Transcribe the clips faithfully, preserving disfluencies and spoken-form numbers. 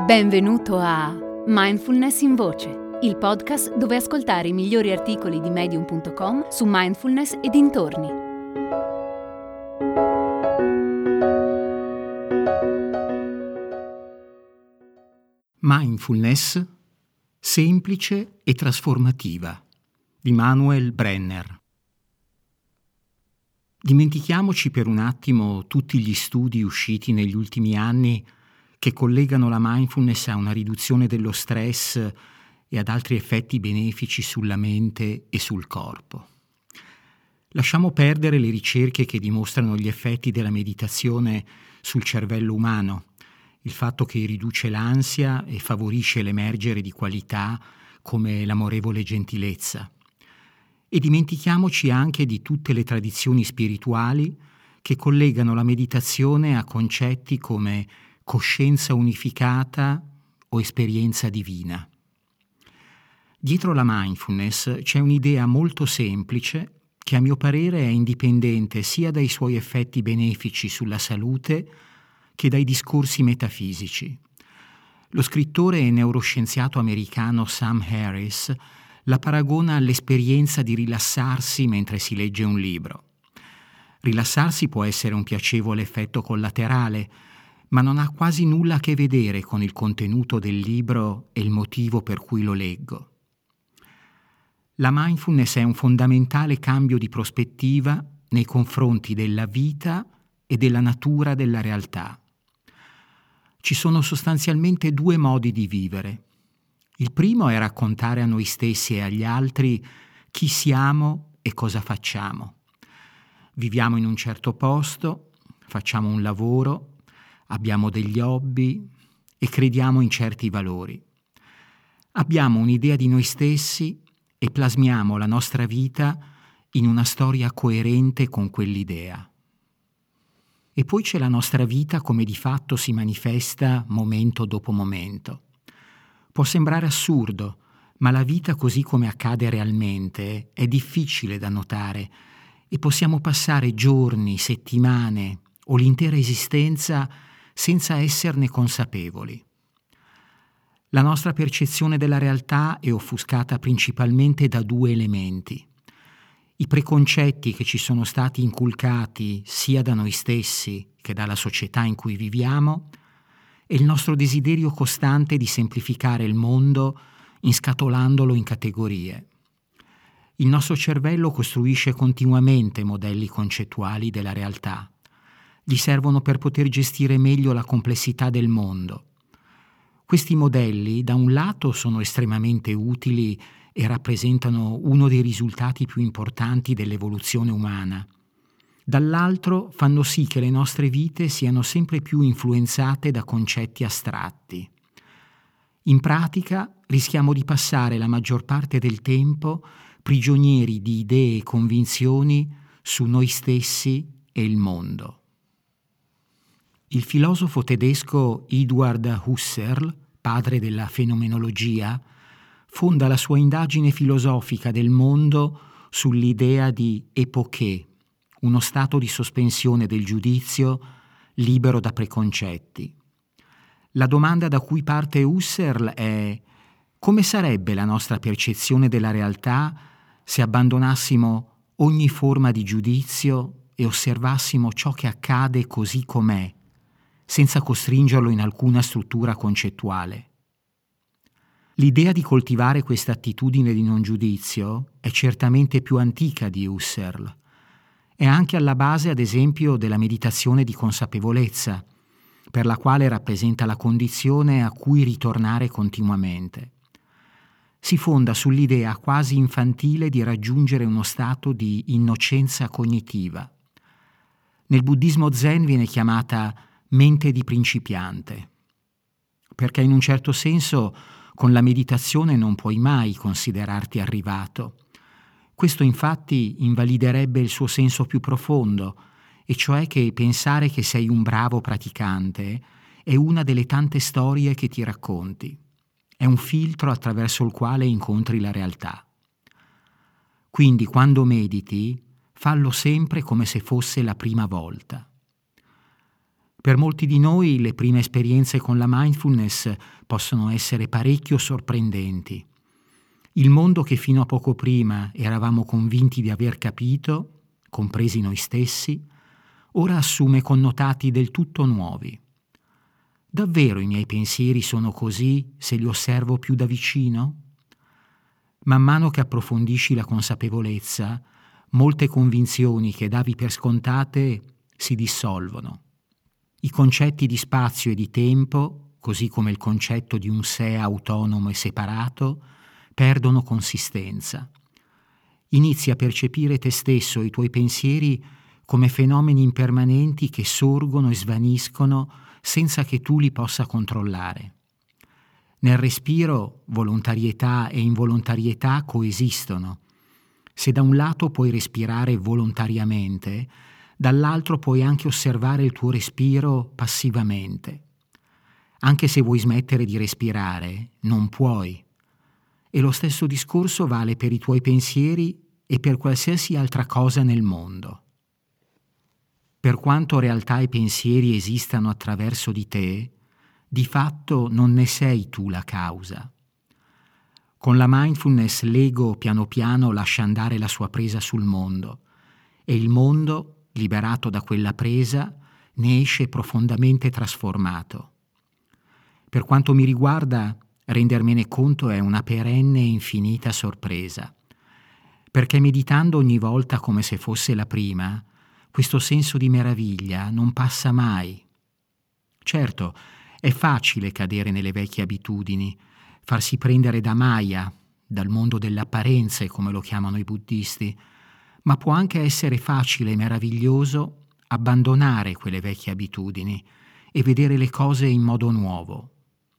Benvenuto a Mindfulness in Voce, il podcast dove ascoltare i migliori articoli di medium punto com su mindfulness e dintorni. Mindfulness semplice e trasformativa di Manuel Brenner. Dimentichiamoci per un attimo tutti gli studi usciti negli ultimi anni che collegano la mindfulness a una riduzione dello stress e ad altri effetti benefici sulla mente e sul corpo. Lasciamo perdere le ricerche che dimostrano gli effetti della meditazione sul cervello umano, il fatto che riduce l'ansia e favorisce l'emergere di qualità come l'amorevole gentilezza. E dimentichiamoci anche di tutte le tradizioni spirituali che collegano la meditazione a concetti come coscienza unificata o esperienza divina. Dietro la mindfulness c'è un'idea molto semplice che a mio parere è indipendente sia dai suoi effetti benefici sulla salute che dai discorsi metafisici. Lo scrittore e neuroscienziato americano Sam Harris la paragona all'esperienza di rilassarsi mentre si legge un libro. Rilassarsi può essere un piacevole effetto collaterale, ma non ha quasi nulla a che vedere con il contenuto del libro e il motivo per cui lo leggo. La mindfulness è un fondamentale cambio di prospettiva nei confronti della vita e della natura della realtà. Ci sono sostanzialmente due modi di vivere. Il primo è raccontare a noi stessi e agli altri chi siamo e cosa facciamo. Viviamo in un certo posto, facciamo un lavoro, abbiamo degli hobby e crediamo in certi valori. Abbiamo un'idea di noi stessi e plasmiamo la nostra vita in una storia coerente con quell'idea. E poi c'è la nostra vita come di fatto si manifesta momento dopo momento. Può sembrare assurdo, ma la vita così come accade realmente è difficile da notare e possiamo passare giorni, settimane o l'intera esistenza senza esserne consapevoli. La nostra percezione della realtà è offuscata principalmente da due elementi: i preconcetti che ci sono stati inculcati sia da noi stessi che dalla società in cui viviamo e il nostro desiderio costante di semplificare il mondo inscatolandolo in categorie. Il nostro cervello costruisce continuamente modelli concettuali della realtà. Gli servono per poter gestire meglio la complessità del mondo. Questi modelli, da un lato, sono estremamente utili e rappresentano uno dei risultati più importanti dell'evoluzione umana. Dall'altro, fanno sì che le nostre vite siano sempre più influenzate da concetti astratti. In pratica, rischiamo di passare la maggior parte del tempo prigionieri di idee e convinzioni su noi stessi e il mondo. Il filosofo tedesco Eduard Husserl, padre della fenomenologia, fonda la sua indagine filosofica del mondo sull'idea di epoché, uno stato di sospensione del giudizio libero da preconcetti. La domanda da cui parte Husserl è: come sarebbe la nostra percezione della realtà se abbandonassimo ogni forma di giudizio e osservassimo ciò che accade così com'è, senza costringerlo in alcuna struttura concettuale? L'idea di coltivare questa attitudine di non giudizio è certamente più antica di Husserl. È anche alla base, ad esempio, della meditazione di consapevolezza, per la quale rappresenta la condizione a cui ritornare continuamente. Si fonda sull'idea quasi infantile di raggiungere uno stato di innocenza cognitiva. Nel buddismo zen viene chiamata mente di principiante, perché in un certo senso con la meditazione non puoi mai considerarti arrivato. Questo infatti invaliderebbe il suo senso più profondo, e cioè che pensare che sei un bravo praticante è una delle tante storie che ti racconti. È un filtro attraverso il quale incontri la realtà. Quindi quando mediti, fallo sempre come se fosse la prima volta. Per molti di noi le prime esperienze con la mindfulness possono essere parecchio sorprendenti. Il mondo che fino a poco prima eravamo convinti di aver capito, compresi noi stessi, ora assume connotati del tutto nuovi. Davvero i miei pensieri sono così se li osservo più da vicino? Man mano che approfondisci la consapevolezza, molte convinzioni che davi per scontate si dissolvono. I concetti di spazio e di tempo, così come il concetto di un sé autonomo e separato, perdono consistenza. Inizi a percepire te stesso e i tuoi pensieri come fenomeni impermanenti che sorgono e svaniscono senza che tu li possa controllare. Nel respiro, volontarietà e involontarietà coesistono. Se da un lato puoi respirare volontariamente, dall'altro puoi anche osservare il tuo respiro passivamente. Anche se vuoi smettere di respirare, non puoi. E lo stesso discorso vale per i tuoi pensieri e per qualsiasi altra cosa nel mondo. Per quanto realtà e pensieri esistano attraverso di te, di fatto non ne sei tu la causa. Con la mindfulness l'ego piano piano lascia andare la sua presa sul mondo e il mondo, liberato da quella presa, ne esce profondamente trasformato. Per quanto mi riguarda, rendermene conto è una perenne e infinita sorpresa, perché meditando ogni volta come se fosse la prima, questo senso di meraviglia non passa mai. Certo, è facile cadere nelle vecchie abitudini, farsi prendere da Maya, dal mondo delle apparenze, come lo chiamano i buddisti, ma può anche essere facile e meraviglioso abbandonare quelle vecchie abitudini e vedere le cose in modo nuovo.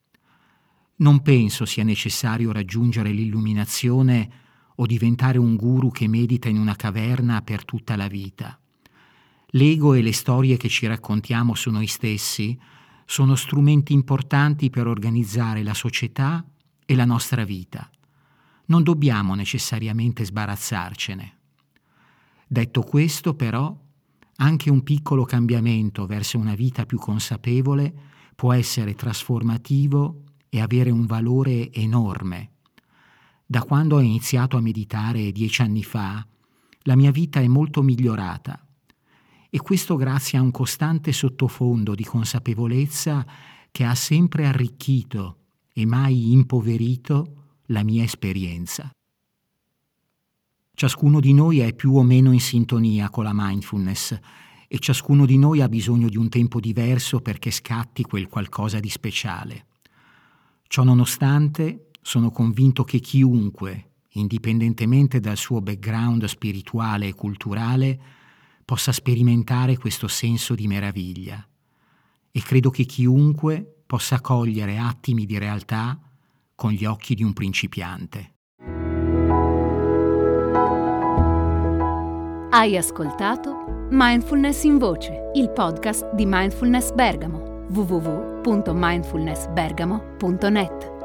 Non penso sia necessario raggiungere l'illuminazione o diventare un guru che medita in una caverna per tutta la vita. L'ego e le storie che ci raccontiamo su noi stessi sono strumenti importanti per organizzare la società e la nostra vita. Non dobbiamo necessariamente sbarazzarcene. Detto questo, però, anche un piccolo cambiamento verso una vita più consapevole può essere trasformativo e avere un valore enorme. Da quando ho iniziato a meditare dieci anni fa, la mia vita è molto migliorata. E questo grazie a un costante sottofondo di consapevolezza che ha sempre arricchito e mai impoverito la mia esperienza. Ciascuno di noi è più o meno in sintonia con la mindfulness e ciascuno di noi ha bisogno di un tempo diverso perché scatti quel qualcosa di speciale. Ciò nonostante, sono convinto che chiunque, indipendentemente dal suo background spirituale e culturale, possa sperimentare questo senso di meraviglia. E credo che chiunque possa cogliere attimi di realtà con gli occhi di un principiante. Hai ascoltato Mindfulness in Voce, il podcast di Mindfulness Bergamo, w w w punto mindfulness bergamo punto net.